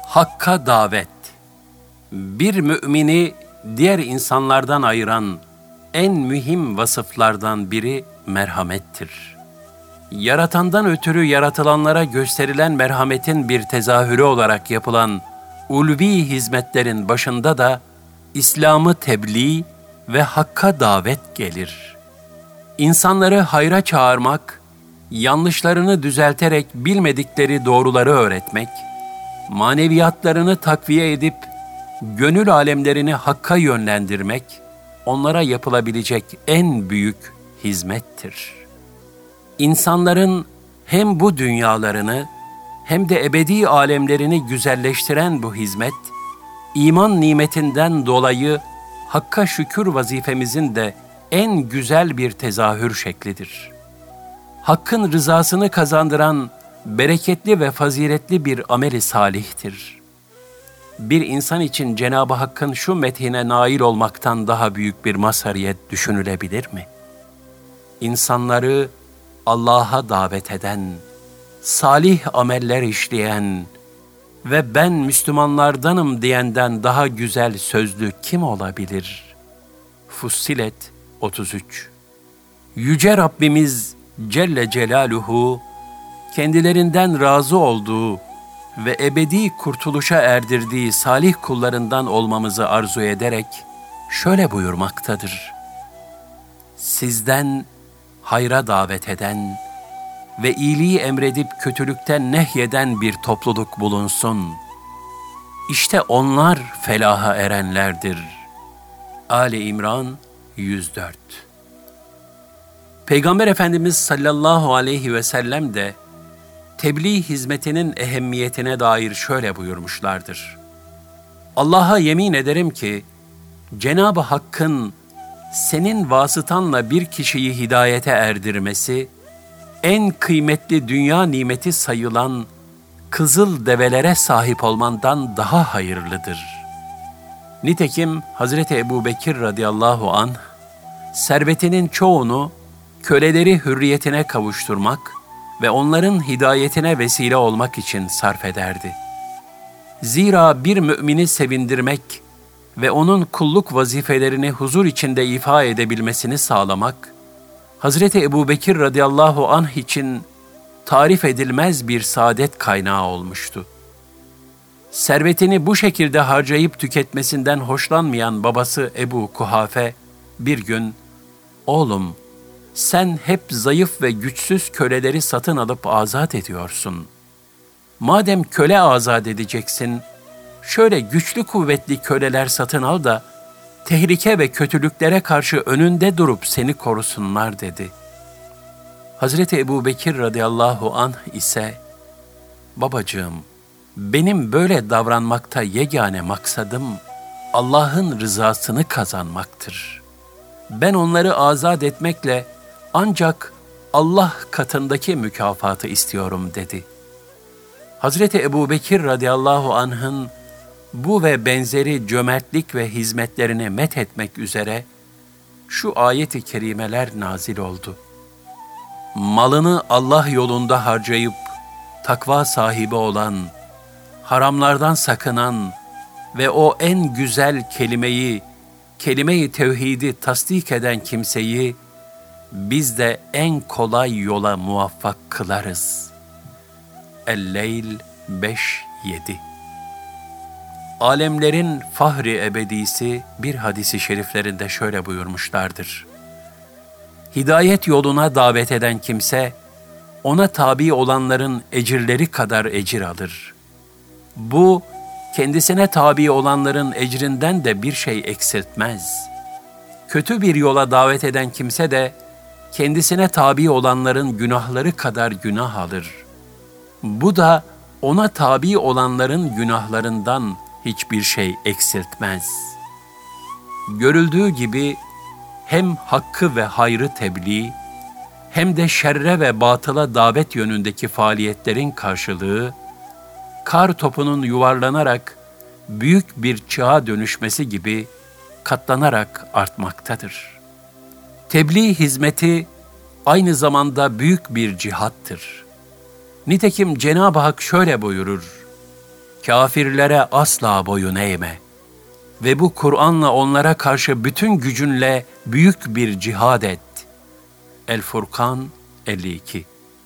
Hakka davet. Bir mümini diğer insanlardan ayıran en mühim vasıflardan biri merhamettir. Yaratandan ötürü yaratılanlara gösterilen merhametin bir tezahürü olarak yapılan ulvi hizmetlerin başında da İslam'ı tebliğ ve hakka davet gelir. İnsanları hayra çağırmak, yanlışlarını düzelterek bilmedikleri doğruları öğretmek, maneviyatlarını takviye edip gönül alemlerini hakka yönlendirmek, onlara yapılabilecek en büyük hizmettir. İnsanların hem bu dünyalarını hem de ebedi alemlerini güzelleştiren bu hizmet, iman nimetinden dolayı hakka şükür vazifemizin de en güzel bir tezahür şeklidir. Hakkın rızasını kazandıran bereketli ve faziletli bir ameli salihtir. Bir insan için Cenab-ı Hakk'ın şu methine nail olmaktan daha büyük bir mazhariyet düşünülebilir mi? İnsanları Allah'a davet eden, salih ameller işleyen ve ben Müslümanlardanım diyenden daha güzel sözlü kim olabilir? Fussilet 33. Yüce Rabbimiz Celle Celaluhu, kendilerinden razı olduğu ve ebedi kurtuluşa erdirdiği salih kullarından olmamızı arzu ederek şöyle buyurmaktadır. Sizden hayra davet eden ve iyiliği emredip kötülükten nehyeden bir topluluk bulunsun. İşte onlar felaha erenlerdir. Ali İmran 104. Peygamber Efendimiz sallallahu aleyhi ve sellem de tebliğ hizmetinin ehemmiyetine dair şöyle buyurmuşlardır. Allah'a yemin ederim ki, Cenab-ı Hakk'ın senin vasıtanla bir kişiyi hidayete erdirmesi, en kıymetli dünya nimeti sayılan kızıl develere sahip olmandan daha hayırlıdır. Nitekim Hazreti Ebubekir radıyallahu anh, servetinin çoğunu köleleri hürriyetine kavuşturmak ve onların hidayetine vesile olmak için sarf ederdi. Zira bir mümini sevindirmek ve onun kulluk vazifelerini huzur içinde ifa edebilmesini sağlamak, Hazreti Ebubekir radıyallahu anh için tarif edilmez bir saadet kaynağı olmuştu. Servetini bu şekilde harcayıp tüketmesinden hoşlanmayan babası Ebu Kuhafe bir gün, "Oğlum, sen hep zayıf ve güçsüz köleleri satın alıp azat ediyorsun. Madem köle azat edeceksin, şöyle güçlü kuvvetli köleler satın al da tehlike ve kötülüklere karşı önünde durup seni korusunlar" dedi. Hazreti Ebubekir radıyallahu anh ise, "Babacığım, benim böyle davranmakta yegane maksadım Allah'ın rızasını kazanmaktır. Ben onları azat etmekle ancak Allah katındaki mükafatı istiyorum" dedi. Hazreti Ebubekir radıyallahu anh'ın bu ve benzeri cömertlik ve hizmetlerini methetmek üzere şu ayet-i kerimeler nazil oldu. Malını Allah yolunda harcayıp takva sahibi olan, haramlardan sakınan ve o en güzel kelime-i tevhidi tasdik eden kimseyi biz de en kolay yola muvaffak kılarız. El-Leyl 5-7. Alemlerin fahri ebedisi bir hadisi şeriflerinde şöyle buyurmuşlardır. Hidayet yoluna davet eden kimse, ona tabi olanların ecirleri kadar ecir alır. Bu, kendisine tabi olanların ecrinden de bir şey eksiltmez. Kötü bir yola davet eden kimse de, kendisine tabi olanların günahları kadar günah alır. Bu da, ona tabi olanların günahlarından hiçbir şey eksiltmez. Görüldüğü gibi, hem hakkı ve hayrı tebliğ, hem de şerre ve batıla davet yönündeki faaliyetlerin karşılığı, kar topunun yuvarlanarak büyük bir çığa dönüşmesi gibi katlanarak artmaktadır. Tebliğ hizmeti aynı zamanda büyük bir cihattır. Nitekim Cenab-ı Hak şöyle buyurur: Kâfirlere asla boyun eğme ve bu Kur'an'la onlara karşı bütün gücünle büyük bir cihad et. El-Furkan 52.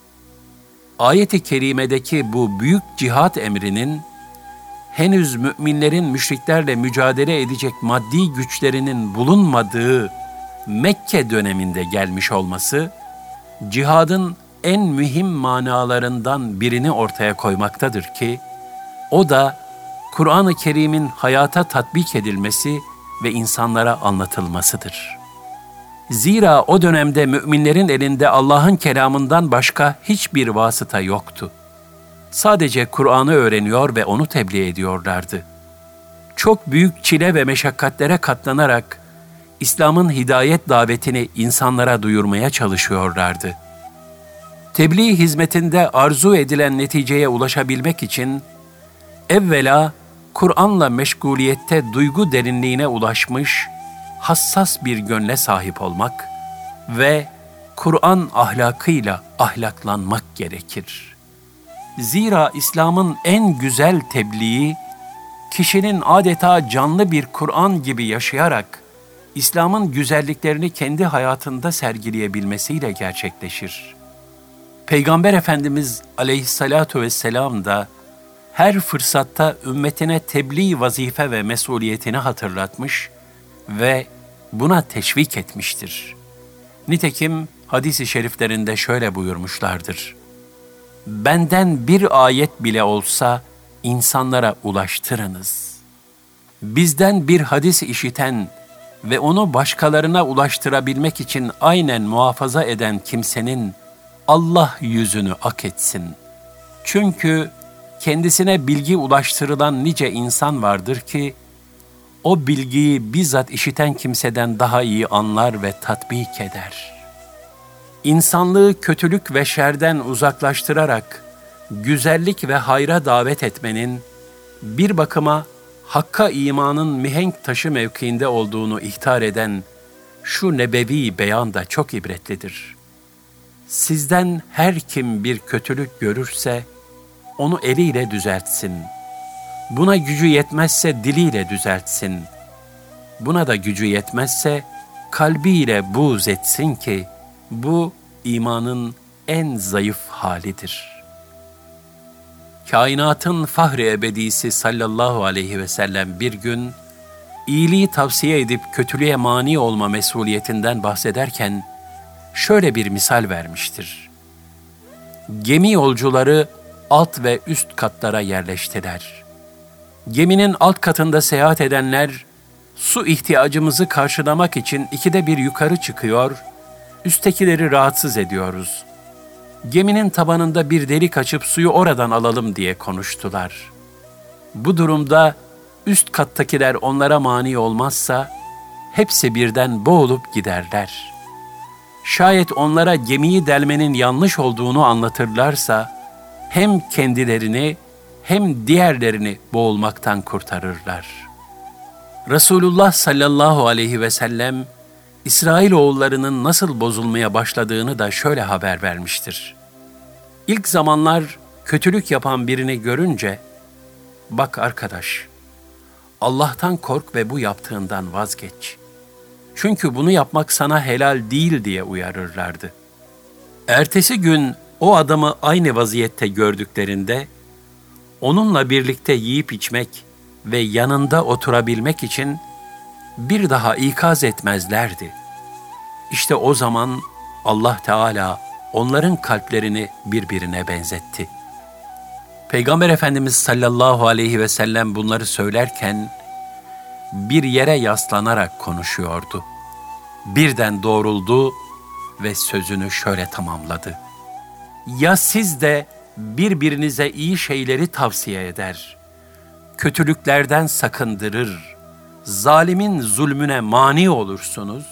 Ayet-i kerimedeki bu büyük cihat emrinin, henüz müminlerin müşriklerle mücadele edecek maddi güçlerinin bulunmadığı Mekke döneminde gelmiş olması, cihadın en mühim manalarından birini ortaya koymaktadır ki, o da Kur'an-ı Kerim'in hayata tatbik edilmesi ve insanlara anlatılmasıdır. Zira o dönemde müminlerin elinde Allah'ın kelamından başka hiçbir vasıta yoktu. Sadece Kur'an'ı öğreniyor ve onu tebliğ ediyorlardı. Çok büyük çile ve meşakkatlere katlanarak İslam'ın hidayet davetini insanlara duyurmaya çalışıyorlardı. Tebliğ hizmetinde arzu edilen neticeye ulaşabilmek için evvela Kur'an'la meşguliyette duygu derinliğine ulaşmış, hassas bir gönle sahip olmak ve Kur'an ahlakıyla ahlaklanmak gerekir. Zira İslam'ın en güzel tebliği, kişinin adeta canlı bir Kur'an gibi yaşayarak İslam'ın güzelliklerini kendi hayatında sergileyebilmesiyle gerçekleşir. Peygamber Efendimiz aleyhissalatu vesselam da her fırsatta ümmetine tebliğ vazife ve mesuliyetini hatırlatmış ve buna teşvik etmiştir. Nitekim hadis-i şeriflerinde şöyle buyurmuşlardır: "Benden bir ayet bile olsa insanlara ulaştırınız." Bizden bir hadis işiten ve onu başkalarına ulaştırabilmek için aynen muhafaza eden kimsenin Allah yüzünü ak etsin. Çünkü kendisine bilgi ulaştırılan nice insan vardır ki, o bilgiyi bizzat işiten kimseden daha iyi anlar ve tatbik eder. İnsanlığı kötülük ve şerden uzaklaştırarak güzellik ve hayra davet etmenin bir bakıma Hakk'a imanın mihenk taşı mevkiinde olduğunu ihtar eden şu nebevi beyan da çok ibretlidir. Sizden her kim bir kötülük görürse onu eliyle düzeltsin. Buna gücü yetmezse diliyle düzeltsin. Buna da gücü yetmezse kalbiyle buğz etsin ki bu imanın en zayıf halidir. Kainatın fahri ebedisi sallallahu aleyhi ve sellem bir gün iyiliği tavsiye edip kötülüğe mani olma mesuliyetinden bahsederken şöyle bir misal vermiştir. Gemi yolcuları alt ve üst katlara yerleştiler. Geminin alt katında seyahat edenler, su ihtiyacımızı karşılamak için 2'de 1 yukarı çıkıyor, üsttekileri rahatsız ediyoruz. Geminin tabanında bir delik açıp suyu oradan alalım diye konuştular. Bu durumda üst kattakiler onlara mani olmazsa, hepsi birden boğulup giderler. Şayet onlara gemiyi delmenin yanlış olduğunu anlatırlarsa, hem kendilerini hem diğerlerini boğulmaktan kurtarırlar. Resulullah sallallahu aleyhi ve sellem, İsrailoğullarının nasıl bozulmaya başladığını da şöyle haber vermiştir. İlk zamanlar kötülük yapan birini görünce, "Bak arkadaş, Allah'tan kork ve bu yaptığından vazgeç. Çünkü bunu yapmak sana helal değil," diye uyarırlardı. Ertesi gün o adamı aynı vaziyette gördüklerinde, onunla birlikte yiyip içmek ve yanında oturabilmek için bir daha ikaz etmezlerdi. İşte o zaman Allah Teala onların kalplerini birbirine benzetti. Peygamber Efendimiz sallallahu aleyhi ve sellem bunları söylerken bir yere yaslanarak konuşuyordu. Birden doğruldu ve sözünü şöyle tamamladı: "Ya siz de birbirinize iyi şeyleri tavsiye eder, kötülüklerden sakındırır, zalimin zulmüne mani olursunuz,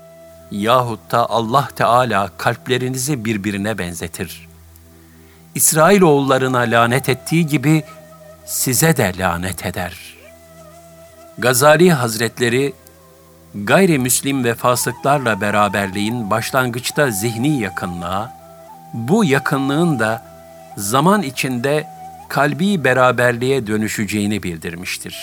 yahut da Allah Teala kalplerinizi birbirine benzetir. İsrailoğullarına lanet ettiği gibi size de lanet eder." Gazali Hazretleri, gayrimüslim ve fasıklarla beraberliğin başlangıçta zihni yakınlığa, bu yakınlığın da zaman içinde kalbi beraberliğe dönüşeceğini bildirmiştir.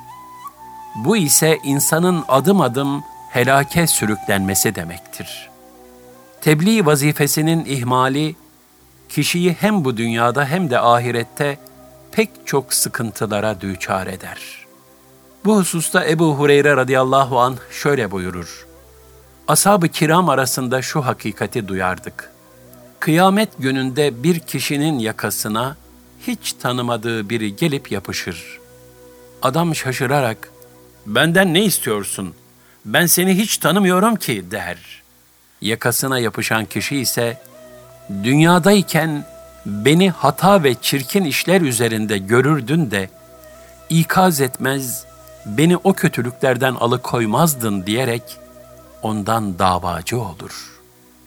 Bu ise insanın adım adım helake sürüklenmesi demektir. Tebliğ vazifesinin ihmali, kişiyi hem bu dünyada hem de ahirette pek çok sıkıntılara düçar eder. Bu hususta Ebu Hureyre radıyallahu anh şöyle buyurur: Ashab-ı kiram arasında şu hakikati duyardık. Kıyamet gününde bir kişinin yakasına hiç tanımadığı biri gelip yapışır. Adam şaşırarak, "Benden ne istiyorsun? Ben seni hiç tanımıyorum ki," der. Yakasına yapışan kişi ise, "Dünyadayken beni hata ve çirkin işler üzerinde görürdün de, ikaz etmez, beni o kötülüklerden alıkoymazdın," diyerek ondan davacı olur.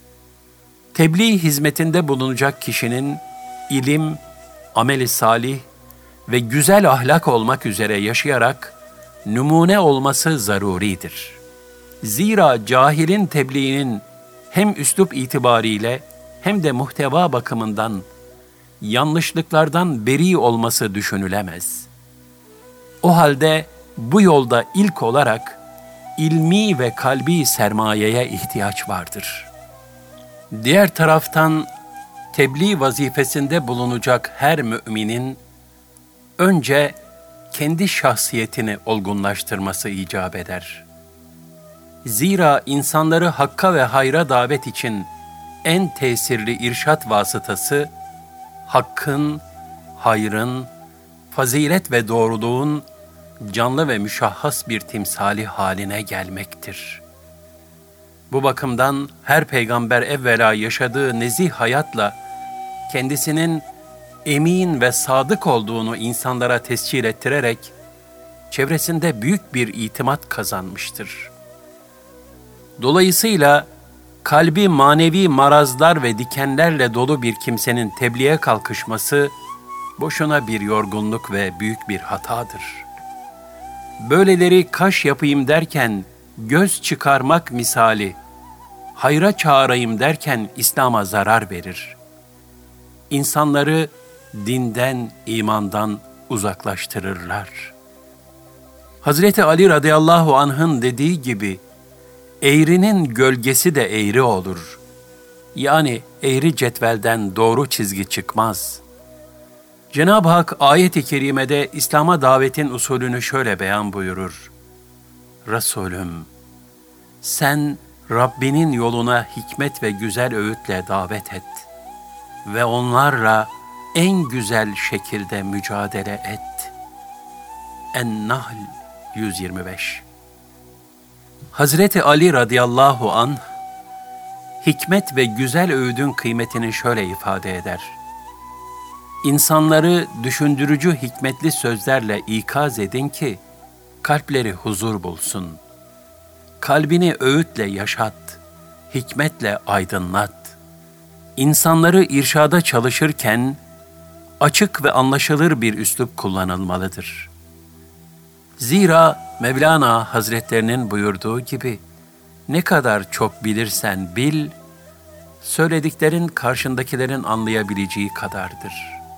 Tebliğ hizmetinde bulunacak kişinin ilim, ameli salih ve güzel ahlak olmak üzere yaşayarak numune olması zaruridir. Zira cahilin tebliğinin hem üslup itibariyle hem de muhteva bakımından yanlışlıklardan beri olması düşünülemez. O halde bu yolda ilk olarak ilmi ve kalbi sermayeye ihtiyaç vardır. Diğer taraftan tebliğ vazifesinde bulunacak her müminin önce kendi şahsiyetini olgunlaştırması icap eder. Zira insanları hakka ve hayra davet için en tesirli irşat vasıtası, hakkın, hayrın, fazilet ve doğruluğun canlı ve müşahhas bir timsali haline gelmektir. Bu bakımdan her peygamber evvela yaşadığı nezih hayatla kendisinin emin ve sadık olduğunu insanlara tescil ettirerek çevresinde büyük bir itimat kazanmıştır. Dolayısıyla kalbi manevi marazlar ve dikenlerle dolu bir kimsenin tebliğe kalkışması boşuna bir yorgunluk ve büyük bir hatadır. Böyleleri kaş yapayım derken göz çıkarmak misali, hayra çağırayım derken İslam'a zarar verir. İnsanları dinden, imandan uzaklaştırırlar. Hazreti Ali radıyallahu anh'ın dediği gibi, eğrinin gölgesi de eğri olur. Yani eğri cetvelden doğru çizgi çıkmaz. Cenab-ı Hak ayet-i kerimede İslam'a davetin usulünü şöyle beyan buyurur: Resulüm, sen Rabbinin yoluna hikmet ve güzel öğütle davet et ve onlarla en güzel şekilde mücadele et. En-Nahl 125. Hazreti Ali radıyallahu anh, hikmet ve güzel öğüdün kıymetini şöyle ifade eder: İnsanları düşündürücü hikmetli sözlerle ikaz edin ki, kalpleri huzur bulsun. Kalbini öğütle yaşat, hikmetle aydınlat. İnsanları irşada çalışırken, açık ve anlaşılır bir üslup kullanılmalıdır. Zira Mevlana Hazretlerinin buyurduğu gibi, ne kadar çok bilirsen bil, söylediklerin karşındakilerin anlayabileceği kadardır.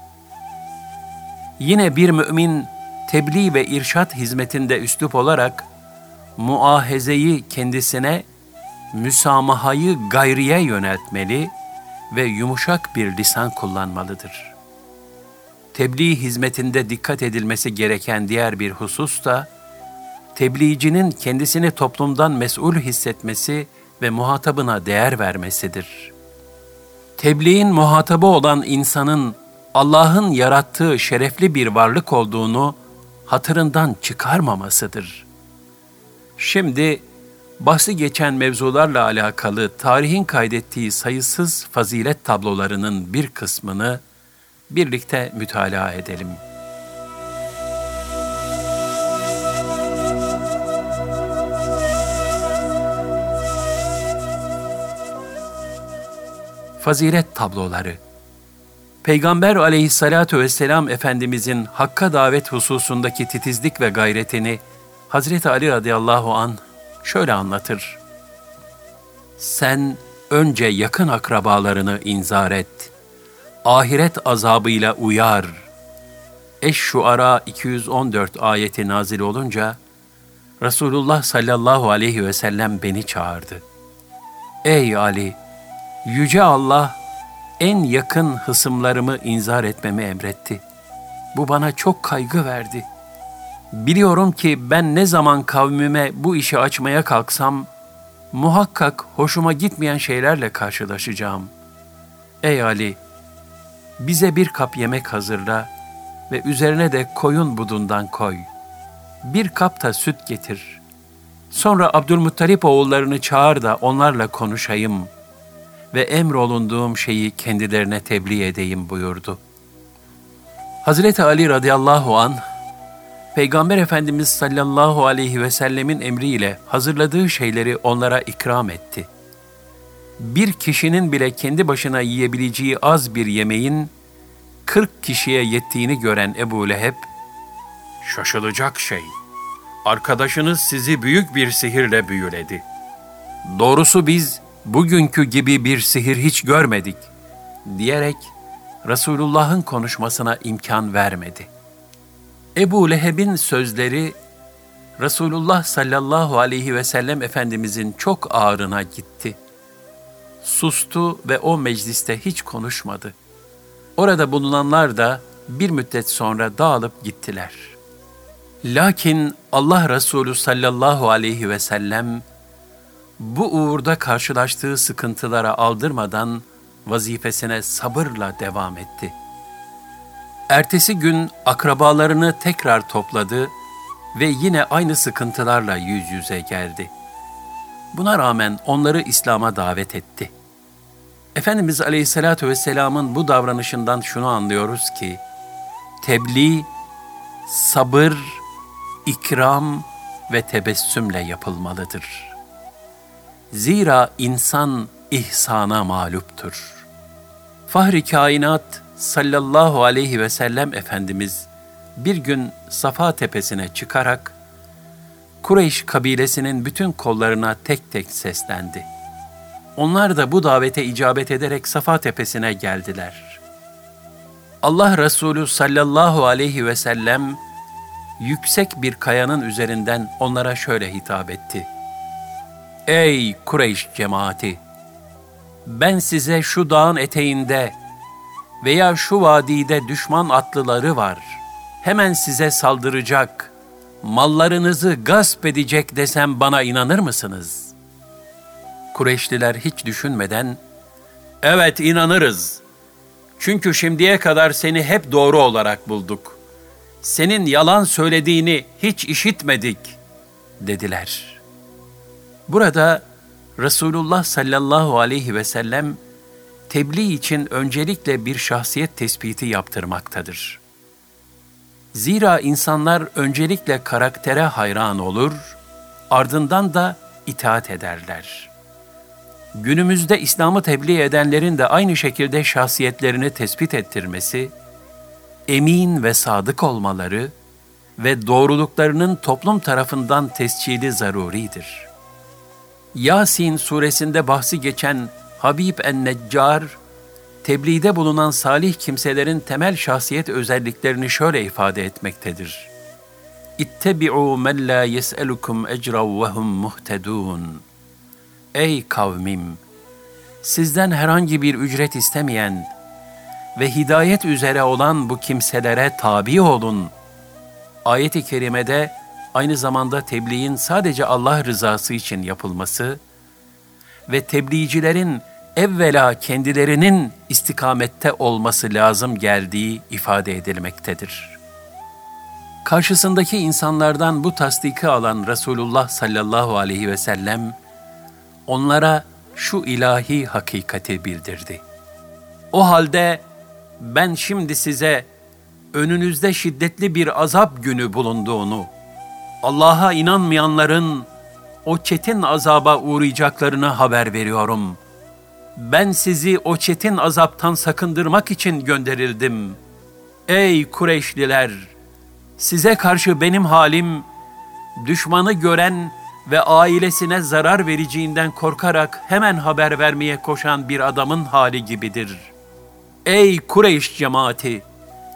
Yine bir mümin, tebliğ ve irşat hizmetinde üslup olarak, muahezeyi kendisine, müsamahayı gayriye yöneltmeli ve yumuşak bir lisan kullanmalıdır. Tebliğ hizmetinde dikkat edilmesi gereken diğer bir husus da, tebliğcinin kendisini toplumdan mesul hissetmesi ve muhatabına değer vermesidir. Tebliğin muhatabı olan insanın Allah'ın yarattığı şerefli bir varlık olduğunu hatırından çıkarmamasıdır. Şimdi bahsi geçen mevzularla alakalı tarihin kaydettiği sayısız fazilet tablolarının bir kısmını birlikte mütalaa edelim. Fazilet tabloları. Peygamber aleyhissalatu vesselam Efendimizin Hakk'a davet hususundaki titizlik ve gayretini Hazreti Ali radıyallahu anh şöyle anlatır: Sen önce yakın akrabalarını inzar et, ahiret azabıyla uyar, Eş-Şuara 214 ayeti nazil olunca, Resulullah sallallahu aleyhi ve sellem beni çağırdı. Ey Ali! Yüce Allah, en yakın hısımlarımı inzar etmemi emretti. Bu bana çok kaygı verdi. Biliyorum ki ben ne zaman kavmime bu işi açmaya kalksam, muhakkak hoşuma gitmeyen şeylerle karşılaşacağım. Ey Ali! Bize bir kap yemek hazırla ve üzerine de koyun budundan koy. Bir kap da süt getir. Sonra Abdülmuttalip oğullarını çağır da onlarla konuşayım ve emrolunduğum şeyi kendilerine tebliğ edeyim buyurdu. Hazreti Ali radıyallahu anh, Peygamber Efendimiz sallallahu aleyhi ve sellemin emriyle hazırladığı şeyleri onlara ikram etti. Bir kişinin bile kendi başına yiyebileceği az bir yemeğin 40 kişiye yettiğini gören Ebu Leheb, "Şaşılacak şey, arkadaşınız sizi büyük bir sihirle büyüledi. Doğrusu biz bugünkü gibi bir sihir hiç görmedik," diyerek Resulullah'ın konuşmasına imkan vermedi. Ebu Leheb'in sözleri Resulullah sallallahu aleyhi ve sellem Efendimizin çok ağrına gitti. Sustu ve o mecliste hiç konuşmadı. Orada bulunanlar da bir müddet sonra dağılıp gittiler. Lakin Allah Resulü sallallahu aleyhi ve sellem bu uğurda karşılaştığı sıkıntılara aldırmadan vazifesine sabırla devam etti. Ertesi gün akrabalarını tekrar topladı ve yine aynı sıkıntılarla yüz yüze geldi. Buna rağmen onları İslam'a davet etti. Efendimiz Aleyhisselatü Vesselam'ın bu davranışından şunu anlıyoruz ki, tebliğ, sabır, ikram ve tebessümle yapılmalıdır. Zira insan ihsana mağluptur. Fahri kainat sallallahu aleyhi ve sellem Efendimiz bir gün Safa tepesine çıkarak Kureyş kabilesinin bütün kollarına tek tek seslendi. Onlar da bu davete icabet ederek Safa tepesine geldiler. Allah Resulü sallallahu aleyhi ve sellem yüksek bir kayanın üzerinden onlara şöyle hitap etti. Ey Kureyş cemaati! Ben size şu dağın eteğinde veya şu vadide düşman atlıları var. Hemen size saldıracak, mallarınızı gasp edecek desem bana inanır mısınız? Kureyşliler hiç düşünmeden, evet inanırız. Çünkü şimdiye kadar seni hep doğru olarak bulduk. Senin yalan söylediğini hiç işitmedik, dediler. Burada Resulullah sallallahu aleyhi ve sellem tebliğ için öncelikle bir şahsiyet tespiti yaptırmaktadır. Zira insanlar öncelikle karaktere hayran olur, ardından da itaat ederler. Günümüzde İslam'ı tebliğ edenlerin de aynı şekilde şahsiyetlerini tespit ettirmesi, emin ve sadık olmaları ve doğruluklarının toplum tarafından tescili zaruridir. Yasin suresinde bahsi geçen Habib en-Neccar, tebliğde bulunan salih kimselerin temel şahsiyet özelliklerini şöyle ifade etmektedir. İttebi'u men la yes'elukum ecrav ve hum muhtedun. Ey kavmim! Sizden herhangi bir ücret istemeyen ve hidayet üzere olan bu kimselere tabi olun. Ayet-i kerimede aynı zamanda tebliğin sadece Allah rızası için yapılması ve tebliğcilerin evvela kendilerinin istikamette olması lazım geldiği ifade edilmektedir. Karşısındaki insanlardan bu tasdiki alan Resulullah sallallahu aleyhi ve sellem, onlara şu ilahi hakikati bildirdi. O halde ben şimdi size önünüzde şiddetli bir azap günü bulunduğunu, Allah'a inanmayanların o çetin azaba uğrayacaklarını haber veriyorum. Ben sizi o çetin azaptan sakındırmak için gönderildim. Ey Kureyşliler! Size karşı benim halim, düşmanı gören ve ailesine zarar vereceğinden korkarak hemen haber vermeye koşan bir adamın hali gibidir. Ey Kureyş cemaati!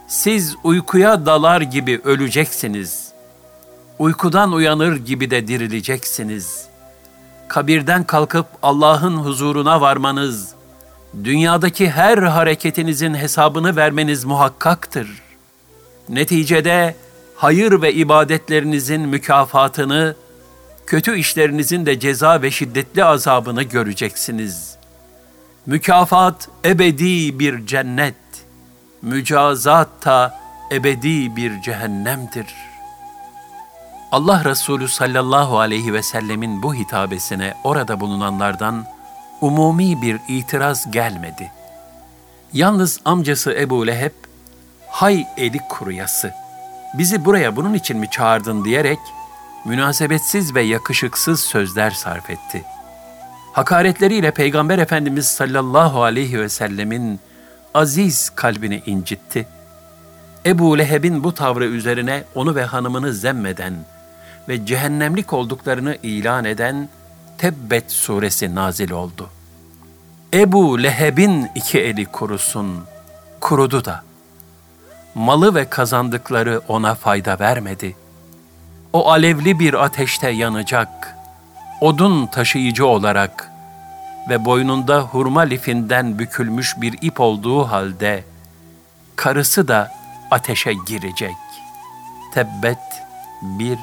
Siz uykuya dalar gibi öleceksiniz. Uykudan uyanır gibi de dirileceksiniz. Kabirden kalkıp Allah'ın huzuruna varmanız, dünyadaki her hareketinizin hesabını vermeniz muhakkaktır. Neticede hayır ve ibadetlerinizin mükafatını, kötü işlerinizin de ceza ve şiddetli azabını göreceksiniz. Mükafat ebedi bir cennet, mücazat da ebedi bir cehennemdir. Allah Resulü sallallahu aleyhi ve sellemin bu hitabesine orada bulunanlardan umumi bir itiraz gelmedi. Yalnız amcası Ebu Leheb, "Hay eli kuruyası, bizi buraya bunun için mi çağırdın?" diyerek münasebetsiz ve yakışıksız sözler sarf etti. Hakaretleriyle Peygamber Efendimiz sallallahu aleyhi ve sellemin aziz kalbini incitti. Ebu Leheb'in bu tavrı üzerine onu ve hanımını zemmeden ve cehennemlik olduklarını ilan eden Tebbet suresi nazil oldu. Ebu Leheb'in iki eli kurusun, kurudu da. Malı ve kazandıkları ona fayda vermedi. O alevli bir ateşte yanacak, odun taşıyıcı olarak ve boynunda hurma lifinden bükülmüş bir ip olduğu halde, karısı da ateşe girecek. Tebbet 1-5.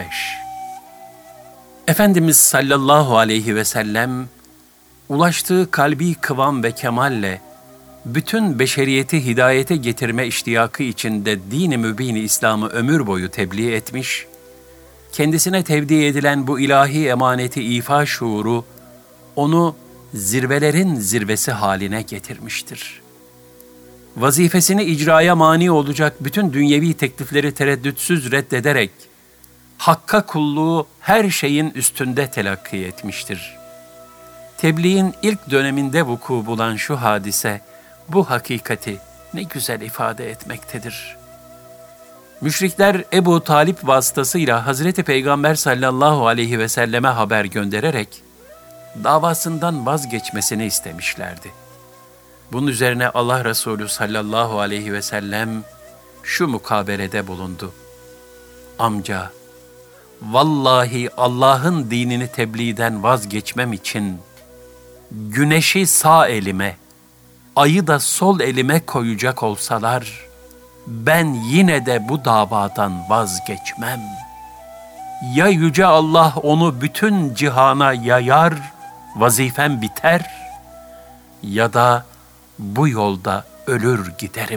Efendimiz sallallahu aleyhi ve sellem, ulaştığı kalbi kıvam ve kemalle, bütün beşeriyeti hidayete getirme iştiyakı içinde din-i mübin-i İslam'ı ömür boyu tebliğ etmiş, kendisine tevdi edilen bu ilahi emaneti ifa şuuru, onu zirvelerin zirvesi haline getirmiştir. Vazifesini icraya mani olacak bütün dünyevi teklifleri tereddütsüz reddederek, Hakk'a kulluğu her şeyin üstünde telakki etmiştir. Tebliğin ilk döneminde vuku bulan şu hadise, bu hakikati ne güzel ifade etmektedir. Müşrikler Ebu Talip vasıtasıyla Hazreti Peygamber sallallahu aleyhi ve selleme haber göndererek davasından vazgeçmesini istemişlerdi. Bunun üzerine Allah Resulü sallallahu aleyhi ve sellem şu mukabelede bulundu. Amca, vallahi Allah'ın dinini tebliğden vazgeçmem için güneşi sağ elime, ayı da sol elime koyacak olsalar, ben yine de bu davadan vazgeçmem. Ya Yüce Allah onu bütün cihana yayar, vazifem biter, ya da bu yolda ölür giderim.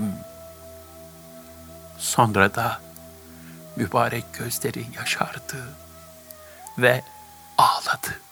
Sonra da mübarek gözleri yaşardı ve ağladı.